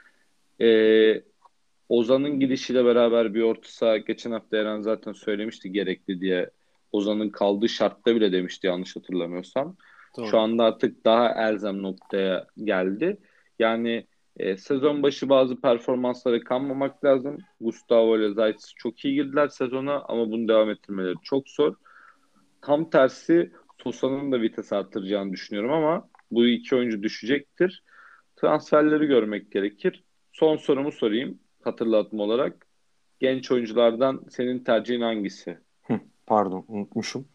E, Ozan'ın gidişiyle beraber bir orta saha geçen hafta Eren zaten söylemişti gerekli diye. Ozan'ın kaldığı şartta bile demişti yanlış hatırlamıyorsam. Şu Doğru. anda artık daha elzem noktaya geldi. Yani sezon başı bazı performanslara kanmamak lazım. Gustavo ile Zayt çok iyi girdiler sezona ama bunu devam ettirmeleri çok zor. Tam tersi Sosa'nın da vites arttıracağını düşünüyorum ama bu iki oyuncu düşecektir. Transferleri görmek gerekir. Son sorumu sorayım hatırlatma olarak. Genç oyunculardan senin tercihin hangisi? Pardon, unutmuşum.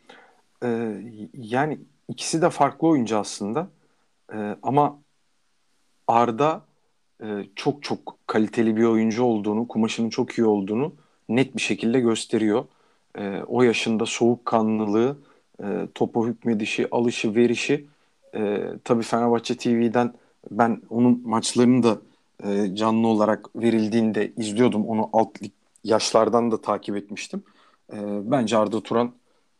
Yani ikisi de farklı oyuncu aslında. Ama Arda çok çok kaliteli bir oyuncu olduğunu, kumaşının çok iyi olduğunu net bir şekilde gösteriyor. O yaşında soğukkanlılığı, topa hükmedişi, alışı, verişi. Tabii Fenerbahçe TV'den ben onun maçlarını da canlı olarak verildiğinde izliyordum. Onu alt lig yaşlardan da takip etmiştim. Bence Arda Turan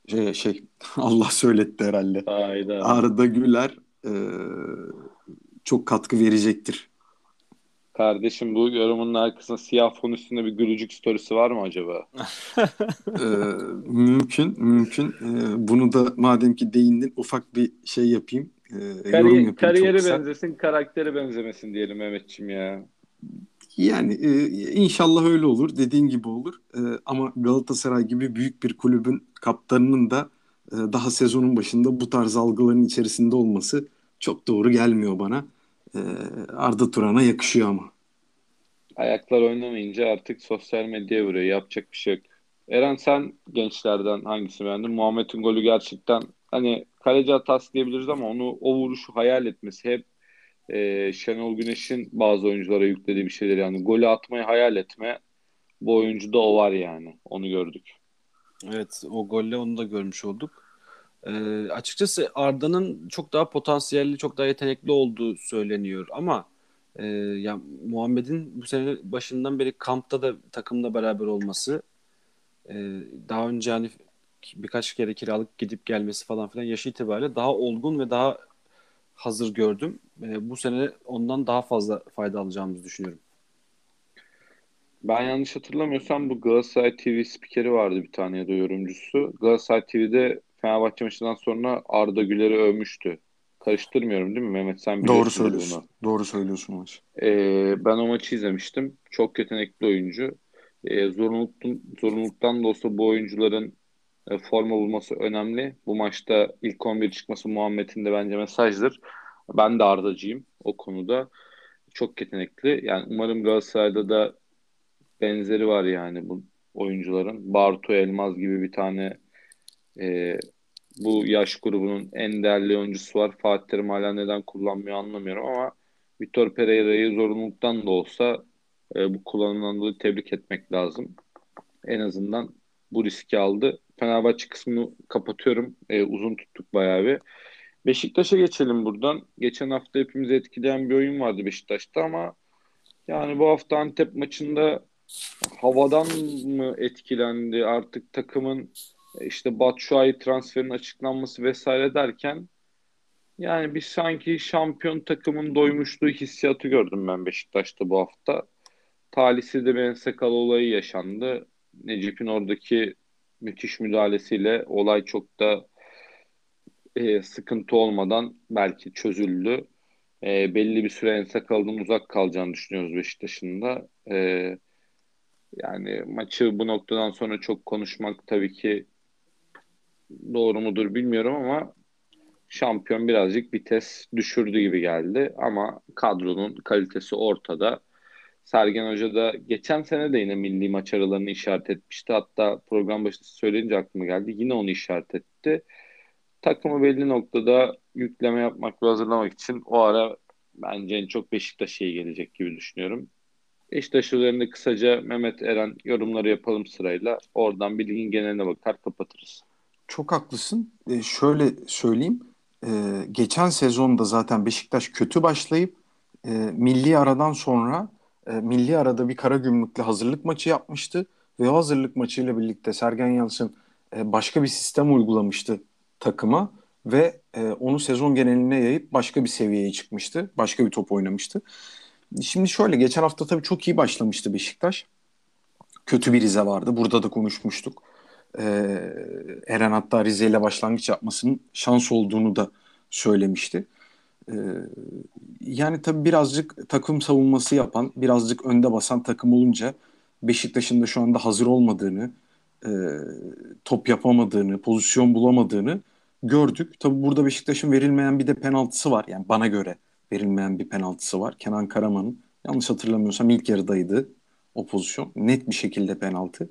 Allah söyletti herhalde. Hayda. Arda Güler çok katkı verecektir. Kardeşim bu yorumunun arkasında siyah fon üstünde bir gülücük storiesi var mı acaba? Ee, mümkün. Bunu da madem ki değindin ufak bir şey yapayım. Yorum yapayım çok Kariyeri kısa. benzesin, karakteri benzemesin diyelim Mehmetçim ya. Yani inşallah öyle olur. Dediğin gibi olur. Ama Galatasaray gibi büyük bir kulübün kaptanının da daha sezonun başında bu tarz algıların içerisinde olması çok doğru gelmiyor bana. Ee, Arda Turan'a yakışıyor ama. Ayaklar oynamayınca artık sosyal medyaya vuruyor. Yapacak bir şey yok. Eren sen gençlerden hangisini beğendin? Muhammed'in golü gerçekten hani kaleci hatası diyebiliriz ama onu o vuruşu hayal etmesi hep Şenol Güneş'in bazı oyunculara yüklediği bir şeyler yani golü atmayı hayal etme bu oyuncuda o var yani onu gördük. Evet, o golle onu da görmüş olduk. Açıkçası Arda'nın çok daha potansiyelli, çok daha yetenekli olduğu söyleniyor ama ya Muhammed'in bu sene başından beri kampta da takımla beraber olması, e, daha önce hani birkaç kere kiralık gidip gelmesi falan filan yaşı itibariyle daha olgun ve daha hazır gördüm. Bu sene ondan daha fazla fayda alacağımızı düşünüyorum. Ben yanlış hatırlamıyorsam bu Galatasaray TV spikeri vardı bir tane ya da yorumcusu. Galatasaray TV'de Fenerbahçe maçından sonra Arda Güler'i övmüştü. Karıştırmıyorum değil mi Mehmet? Sen Doğru biliyorsundur söylüyorsun. bunu. Doğru söylüyorsun Ulaş. Ben o maçı izlemiştim. Çok yetenekli oyuncu. Zorunluluktan da olsa bu oyuncuların forma bulması önemli. Bu maçta ilk 11 çıkması Muhammed'in de bence mesajdır. Ben de Arda'cıyım o konuda. çok yetenekli. Yani umarım Galatasaray'da da benzeri var yani bu oyuncuların. Bartu Elmaz gibi bir tane e, bu yaş grubunun en değerli oyuncusu var. Fatih Terim hala neden kullanmıyor anlamıyorum ama Vitor Pereira'yı zorunluluktan da olsa bu kullanımdan dolayı tebrik etmek lazım. En azından bu riski aldı. Fenerbahçe kısmını kapatıyorum. Uzun tuttuk bayağı bir. Beşiktaş'a geçelim buradan. Geçen hafta hepimizi etkileyen bir oyun vardı Beşiktaş'ta ama yani bu hafta Antep maçında havadan mı etkilendi artık takımın işte Batshuayi transferinin açıklanması vesaire derken yani bir sanki şampiyon takımın doymuşluğu hissiyatı gördüm ben Beşiktaş'ta bu hafta. Talihsiz de bir Ensakal olayı yaşandı. Necip'in oradaki müthiş müdahalesiyle olay çok da sıkıntı olmadan belki çözüldü. Belli bir süre Ensakal'dan uzak kalacağını düşünüyoruz Beşiktaş'ın da. Yani maçı bu noktadan sonra çok konuşmak tabii ki doğru mudur bilmiyorum ama şampiyon birazcık vites düşürdü gibi geldi. Ama kadronun kalitesi ortada. Sergen Hoca da geçen sene de yine milli maç aralarını işaret etmişti. Hatta program başında söyleyince aklıma geldi. Yine onu işaret etti. Takımı belli noktada yükleme yapmak ve hazırlamak için o ara bence en çok Beşiktaş'a iyi gelecek gibi düşünüyorum. Beşiktaş üzerinde kısaca Mehmet Eren yorumları yapalım sırayla. Oradan bir ligin geneline bakar kapatırız. Çok haklısın. Şöyle söyleyeyim. Geçen sezonda zaten Beşiktaş kötü başlayıp milli aradan sonra milli arada bir Karagümrük'le hazırlık maçı yapmıştı ve o hazırlık maçıyla birlikte Sergen Yalçın başka bir sistem uygulamıştı takıma ve onu sezon geneline yayıp başka bir seviyeye çıkmıştı. Başka bir top oynamıştı. Şimdi şöyle geçen hafta tabii çok iyi başlamıştı Beşiktaş. Kötü bir Rize vardı. Burada da konuşmuştuk. Ee, Eren hatta Rize ile başlangıç yapmasının şans olduğunu da söylemişti. Ee, Yani tabii birazcık takım savunması yapan, birazcık önde basan takım olunca Beşiktaş'ın da şu anda hazır olmadığını, e, top yapamadığını, pozisyon bulamadığını gördük. Tabii burada Beşiktaş'ın verilmeyen bir de penaltısı var. Yani bana göre verilmeyen bir penaltısı var. Kenan Karaman'ın yanlış hatırlamıyorsam ilk yarıdaydı o pozisyon. Net bir şekilde penaltı.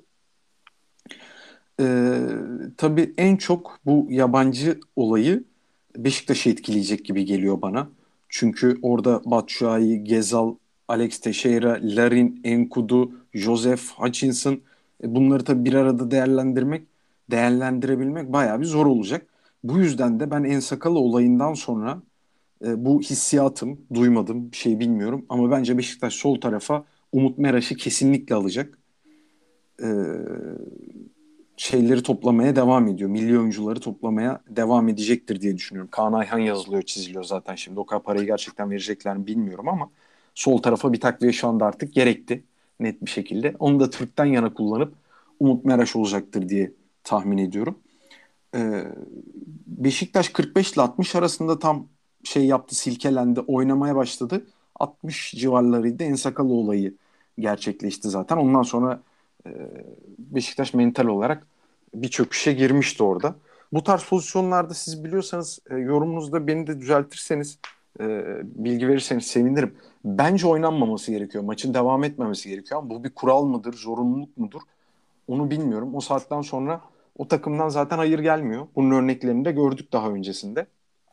Ee, tabii en çok bu yabancı olayı Beşiktaş'ı etkileyecek gibi geliyor bana. Çünkü orada Batshuayi, Gezal, Alex Teixeira, Larin, Enkudu, Joseph, Hutchinson bunları tabii bir arada değerlendirebilmek bayağı bir zor olacak. Bu yüzden de ben Ensakalı olayından sonra bu hissiyatım, duymadım, bir şey bilmiyorum ama bence Beşiktaş sol tarafa Umut Meraş'ı kesinlikle alacak. Ee, Şeyleri toplamaya devam ediyor. Milli oyuncuları toplamaya devam edecektir diye düşünüyorum. Kaan Ayhan yazılıyor, çiziliyor zaten şimdi. O kadar parayı gerçekten verecekler mi bilmiyorum ama sol tarafa bir takviye şu anda artık gerekti. Net bir şekilde. Onu da Türk'ten yana kullanıp Umut Meraş olacaktır diye tahmin ediyorum. Ee, Beşiktaş 45 ile 60 arasında tam şey yaptı, silkelendi, oynamaya başladı. 60 civarlarıydı. Ensakalı olayı gerçekleşti zaten. Ondan sonra e, Beşiktaş mental olarak bir çöküşe girmişti orada. Bu tarz pozisyonlarda siz biliyorsanız yorumunuzda beni de düzeltirseniz, bilgi verirseniz sevinirim. Bence oynanmaması gerekiyor. Maçın devam etmemesi gerekiyor ama bu bir kural mıdır, zorunluluk mudur? Onu bilmiyorum. O saatten sonra o takımdan zaten hayır gelmiyor. Bunun örneklerini de gördük daha öncesinde.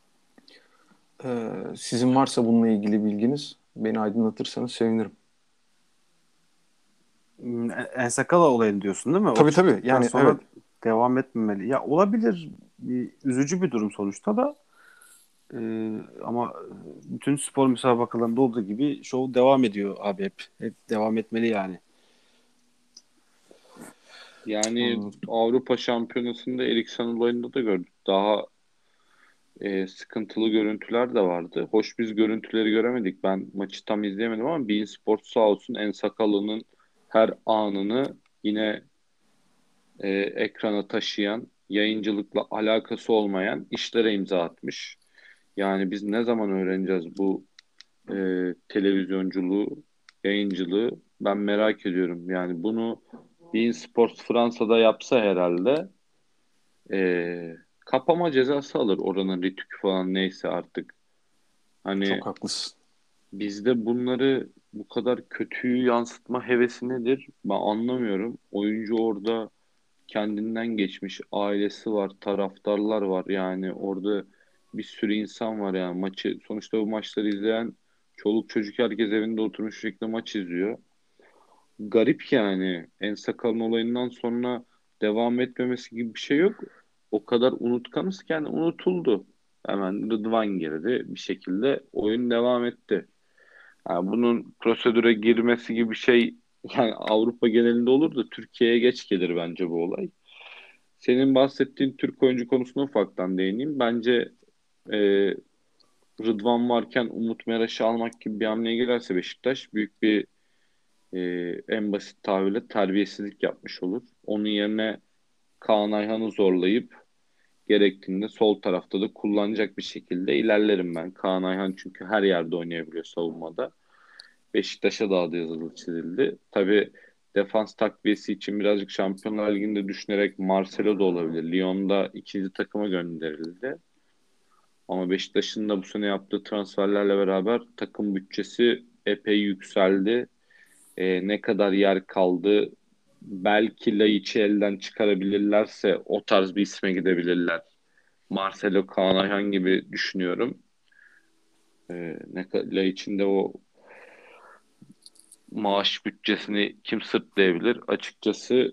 Sizin varsa bununla ilgili bilginiz beni aydınlatırsanız sevinirim. Ensakala olayını diyorsun değil mi? O Tabii tabii. çıktıktan Yani evet. sonra devam etmemeli. Ya olabilir. Üzücü bir durum sonuçta da. Ama bütün spor müsabakalarında olduğu gibi şov devam ediyor abi hep. Hep devam etmeli yani. Yani Anladım. Avrupa Şampiyonası'nda Eriksen olayında da gördük. Daha sıkıntılı görüntüler de vardı. Hoş biz görüntüleri göremedik. Ben maçı tam izleyemedim ama beIN Sport sağ olsun En Sakalı'nın her anını yine ekrana taşıyan, yayıncılıkla alakası olmayan işlere imza atmış. Yani biz ne zaman öğreneceğiz bu e, televizyonculuğu, yayıncılığı? Ben merak ediyorum. Yani bunu beIN Sports Fransa'da yapsa herhalde kapama cezası alır oranın ritüğü falan neyse artık. Hani Çok haklısın. bizde bunları bu kadar kötüyü yansıtma hevesi nedir? Ben anlamıyorum. Oyuncu orada kendinden geçmiş, ailesi var, taraftarlar var. Yani orada bir sürü insan var yani maçı. Sonuçta bu maçları izleyen çoluk çocuk herkes evinde oturmuş şekilde maç izliyor. Garip yani. En Sakal'ın olayından sonra devam etmemesi gibi bir şey yok. O kadar unutkanız ki yani unutuldu. Hemen Rıdvan girdi. Bir şekilde oyun devam etti. Yani bunun prosedüre girmesi gibi bir şey yani Avrupa genelinde olur da Türkiye'ye geç gelir bence bu olay. Senin bahsettiğin Türk oyuncu konusuna ufaktan değineyim. Bence e, Rıdvan varken Umut Meraş'ı almak gibi bir hamleye girerse Beşiktaş büyük bir e, en basit tabirle terbiyesizlik yapmış olur. Onun yerine Kaan Ayhan'ı zorlayıp gerektiğinde sol tarafta da kullanacak bir şekilde ilerlerim ben. Kaan Ayhan çünkü her yerde oynayabiliyor savunmada. Beşiktaş'a daha da yazılı çizildi. Tabii defans takviyesi için birazcık Şampiyonlar Ligi'nde düşünerek Marcelo da olabilir. Lyon'da ikinci takıma gönderildi. Ama Beşiktaş'ın da bu sene yaptığı transferlerle beraber takım bütçesi epey yükseldi. Ne kadar yer kaldı? Belki Laiç'i elden çıkarabilirlerse o tarz bir isme gidebilirler. Marcelo, Kaan Ayhan gibi düşünüyorum. Laiç'in de o maaş bütçesini kim sırtlayabilir? Açıkçası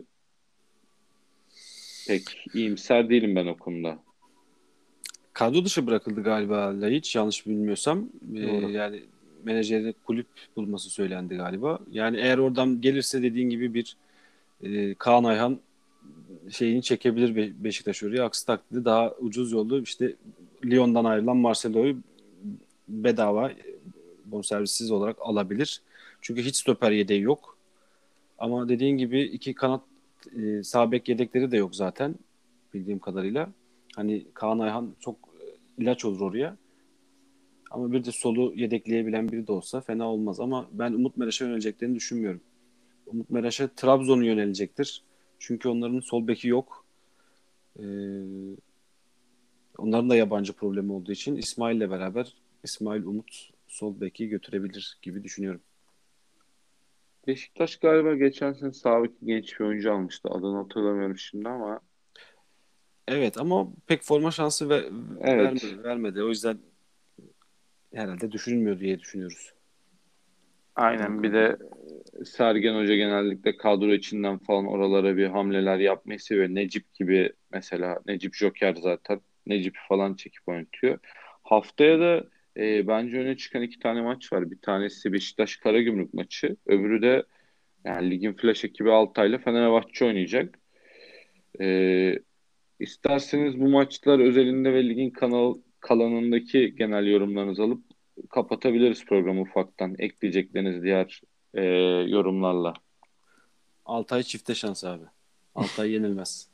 pek iyimser değilim ben o konuda. Kadro dışı bırakıldı galiba Laiç, yanlış bilmiyorsam. Doğru. Yani menajeri kulüp bulması söylendi galiba. Yani eğer oradan gelirse dediğin gibi bir Kaan Ayhan şeyini çekebilir Beşiktaş oraya. Aksi takdirde daha ucuz yollu işte Lyon'dan ayrılan Marcelo'yu bedava bonservissiz olarak alabilir. Çünkü hiç stoper yedeği yok. Ama dediğin gibi iki kanat sağ bek yedekleri de yok zaten bildiğim kadarıyla. Hani Kaan Ayhan çok ilaç olur oraya. Ama bir de solu yedekleyebilen biri de olsa fena olmaz. Ama ben Umut Meraş'a yöneleceklerini düşünmüyorum. Umut Meraş'a Trabzon'u yönelecektir. Çünkü onların sol beki yok. Ee, Onların da yabancı problemi olduğu için İsmail'le beraber İsmail Umut sol beki götürebilir gibi düşünüyorum. Beşiktaş galiba geçen sene sağ bek genç bir oyuncu almıştı. Adını hatırlamıyorum şimdi ama Evet ama pek forma şansı evet. vermedi. O yüzden herhalde düşünülmüyor diye düşünüyoruz. Adam Aynen bir kaybı. de Sergen Hoca genellikle kadro içinden falan oralara bir hamleler yapmayı seviyor. Necip gibi mesela Necip Joker zaten. Necip falan çekip oynatıyor. Haftaya da bence öne çıkan iki tane maç var. Bir tanesi Beşiktaş Karagümrük maçı. Öbürü de yani ligin flash ekibi Altay'la Fenerbahçe oynayacak. E, isterseniz bu maçlar özelinde ve ligin kalanındaki genel yorumlarınızı alıp kapatabiliriz programı ufaktan. Ekleyecekleriniz diğer e, yorumlarla. Altay çifte şans abi. Altay yenilmez.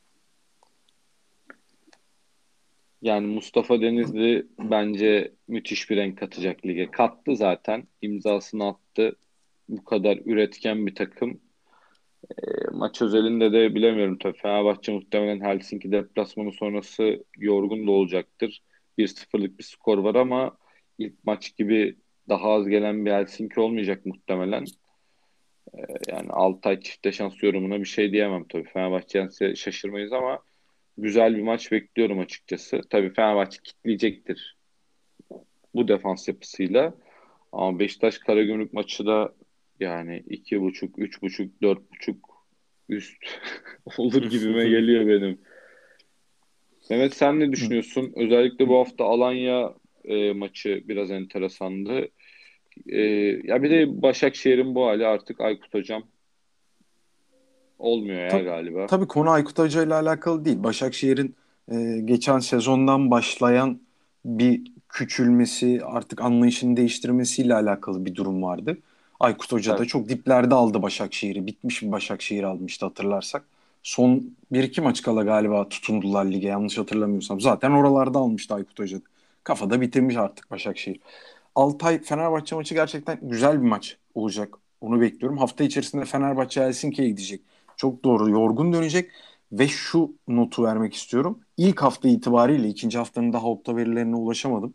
Yani Mustafa Denizli bence müthiş bir renk katacak lige. Kattı zaten. İmzasını attı. Bu kadar üretken bir takım. Maç özelinde de bilemiyorum tabii. Fenerbahçe muhtemelen Helsinki deplasmanı sonrası yorgun da olacaktır. 1-0'lık bir skor var ama ilk maç gibi daha az gelen bir Helsinki olmayacak muhtemelen. Yani Altay çifte şans yorumuna bir şey diyemem tabii. Fenerbahçe yense şaşırmayız ama güzel bir maç bekliyorum açıkçası. Tabii Fenerbahçe kitleyecektir bu defans yapısıyla. Ama Beşiktaş Karagümrük maçı da yani 2,5, 3,5, 4,5 üst olur gibime geliyor benim. Mehmet sen ne düşünüyorsun? Özellikle bu hafta Alanya maçı biraz enteresandı. E, ya bir de Başakşehir'in bu hali artık Aykut Hocam olmuyor ya Ta- galiba. tabii konu Aykut Hoca ile alakalı değil. Başakşehir'in geçen sezondan başlayan bir küçülmesi, artık anlayışını değiştirmesiyle alakalı bir durum vardı. Aykut Hoca da Tabii. çok diplerde aldı Başakşehir'i. Bitmiş bir Başakşehir almıştı hatırlarsak. Son bir iki maç kala galiba tutundular lige, yanlış hatırlamıyorsam. Zaten oralarda almıştı Aykut Hoca. Kafada bitirmiş artık Başakşehir. Altay Fenerbahçe maçı gerçekten güzel bir maç olacak. Onu bekliyorum. Hafta içerisinde Fenerbahçe Helsinki'ye gidecek. Çok doğru. Yorgun dönecek ve şu notu vermek istiyorum. İlk hafta itibariyle ikinci haftanın daha opta verilerine ulaşamadım.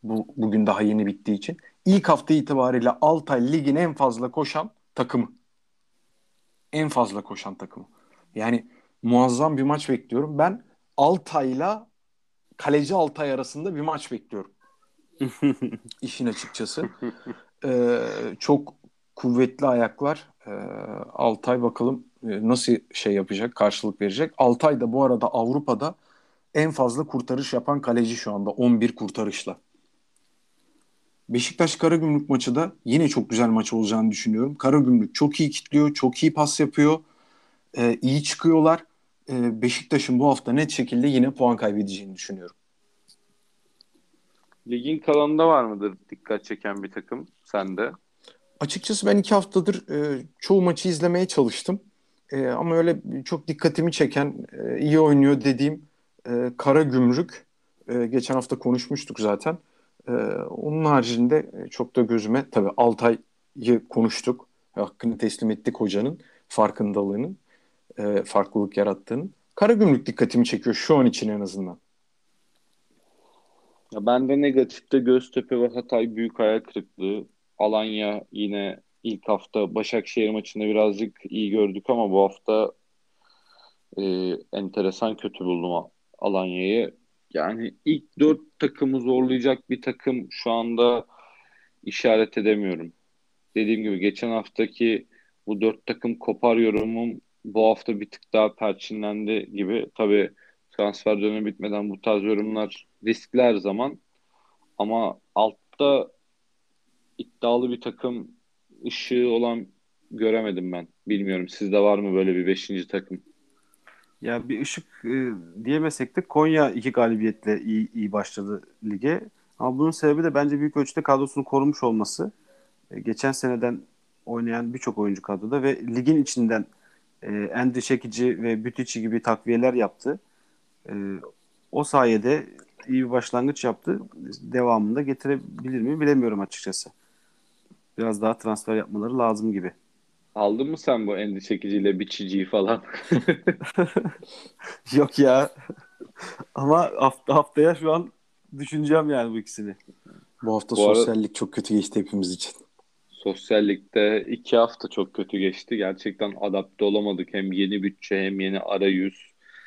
Bugün daha yeni bittiği için. İlk hafta itibariyle Altay ligin en fazla koşan takımı. En fazla koşan takımı. Yani muazzam bir maç bekliyorum. Ben Altay'la kaleci Altay arasında bir maç bekliyorum. İşin açıkçası. Çok kuvvetli ayaklar. Altay bakalım nasıl şey yapacak, karşılık verecek. Altay da bu arada Avrupa'da en fazla kurtarış yapan kaleci şu anda 11 kurtarışla. Beşiktaş Karagümrük maçı da yine çok güzel maç olacağını düşünüyorum. Karagümrük çok iyi kitliyor, çok iyi pas yapıyor, iyi çıkıyorlar. Beşiktaş'ın bu hafta net şekilde yine puan kaybedeceğini düşünüyorum. Ligin kalanında var mıdır dikkat çeken bir takım sende? Açıkçası ben 2 haftadır çoğu maçı izlemeye çalıştım. Ama öyle çok dikkatimi çeken, iyi oynuyor dediğim Karagümrük. Geçen hafta konuşmuştuk zaten. Onun haricinde çok da gözüme tabii Altay'ı konuştuk. Hakkını teslim ettik hocanın farkındalığının, farklılık yarattığının. Karagümrük dikkatimi çekiyor şu an için en azından. Ya ben de negatifte Göztepe ve Hatay büyük hayal kırıklığı. Alanya yine ilk hafta Başakşehir maçında birazcık iyi gördük ama bu hafta enteresan kötü buldum Alanya'yı. Yani ilk 4 takımı zorlayacak bir takım şu anda işaret edemiyorum. Dediğim gibi geçen haftaki bu 4 takım kopar yorumum bu hafta bir tık daha perçinlendi gibi. Tabii transfer dönemi bitmeden bu tarz yorumlar riskli her zaman. Ama altta iddialı bir takım ışığı olan göremedim ben. Bilmiyorum sizde var mı böyle bir beşinci takım? Ya bir ışık diyemesek de Konya 2 galibiyetle iyi başladı lige. Ama bunun sebebi de bence büyük ölçüde kadrosunu korumuş olması. Geçen seneden oynayan birçok oyuncu kadroda ve ligin içinden Endre Şekici ve Bütüçi gibi takviyeler yaptı. E, O sayede iyi bir başlangıç yaptı. Devamında getirebilir mi bilemiyorum açıkçası. Biraz daha transfer yapmaları lazım gibi. Aldın mı sen bu endişe çekiciyle biçiciyi falan? Yok ya. Ama haftaya şu an düşüneceğim yani bu ikisini. Bu hafta Bu ara sosyallik çok kötü geçti hepimiz için. sosyallikte 2 hafta çok kötü geçti. Gerçekten adapte olamadık. Hem yeni bütçe hem yeni arayüz.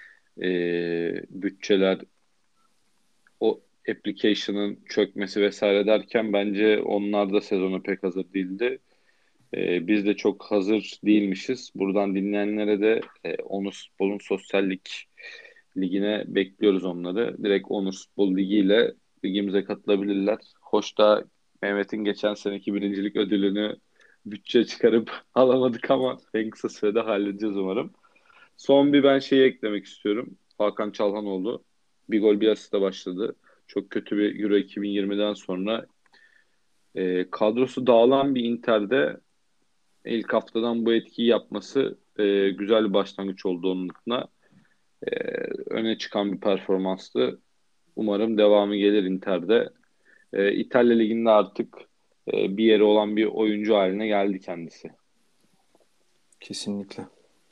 Bütçeler o application'ın çökmesi vesaire derken bence onlar da sezona pek hazır değildi. Biz de çok hazır değilmişiz. Buradan dinleyenlere de Onur Futbol'un sosyallik ligine bekliyoruz onları. Direkt Onur Futbol Ligi ile ligimize katılabilirler. Hoş da Mehmet'in geçen seneki birincilik ödülünü bütçe çıkarıp alamadık ama en kısa sürede halledeceğiz umarım. Son bir ben şeyi eklemek istiyorum. Hakan Çalhanoğlu bir gol bir asiste başladı. Çok kötü bir Euro 2020'den sonra kadrosu dağılan bir Inter'de ilk haftadan bu etkiyi yapması güzel bir başlangıç oldu onun adına. E, Öne çıkan bir performanstı. Umarım devamı gelir Inter'de. İtalya Ligi'nde artık bir yeri olan bir oyuncu haline geldi kendisi. Kesinlikle.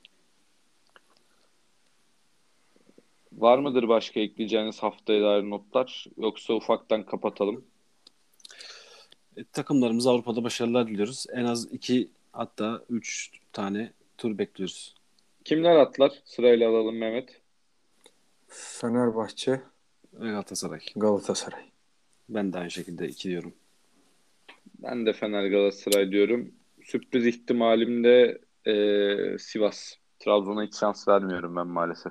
Var mıdır başka ekleyeceğiniz haftaya dair notlar? Yoksa ufaktan kapatalım. Takımlarımıza Avrupa'da başarılar diliyoruz. En az 2 hatta 3 tane tur bekliyoruz. Kimler atlar? Sırayla alalım Mehmet. Fenerbahçe, Ve Galatasaray. Galatasaray. Ben de aynı şekilde 2 diyorum. Ben de Fener Galatasaray diyorum. Sürpriz ihtimalimde Sivas. Trabzon'a hiç şans vermiyorum ben maalesef.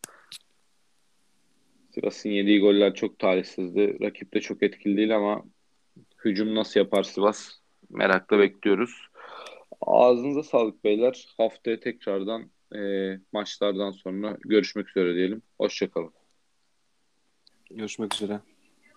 Sivas'ın yediği goller çok talihsizdi. Rakip de çok etkili değil ama hücum nasıl yapar Sivas? Merakla bekliyoruz. Ağzınıza sağlık beyler. Haftaya tekrardan maçlardan sonra görüşmek üzere diyelim. Hoşça kalın. Görüşmek üzere.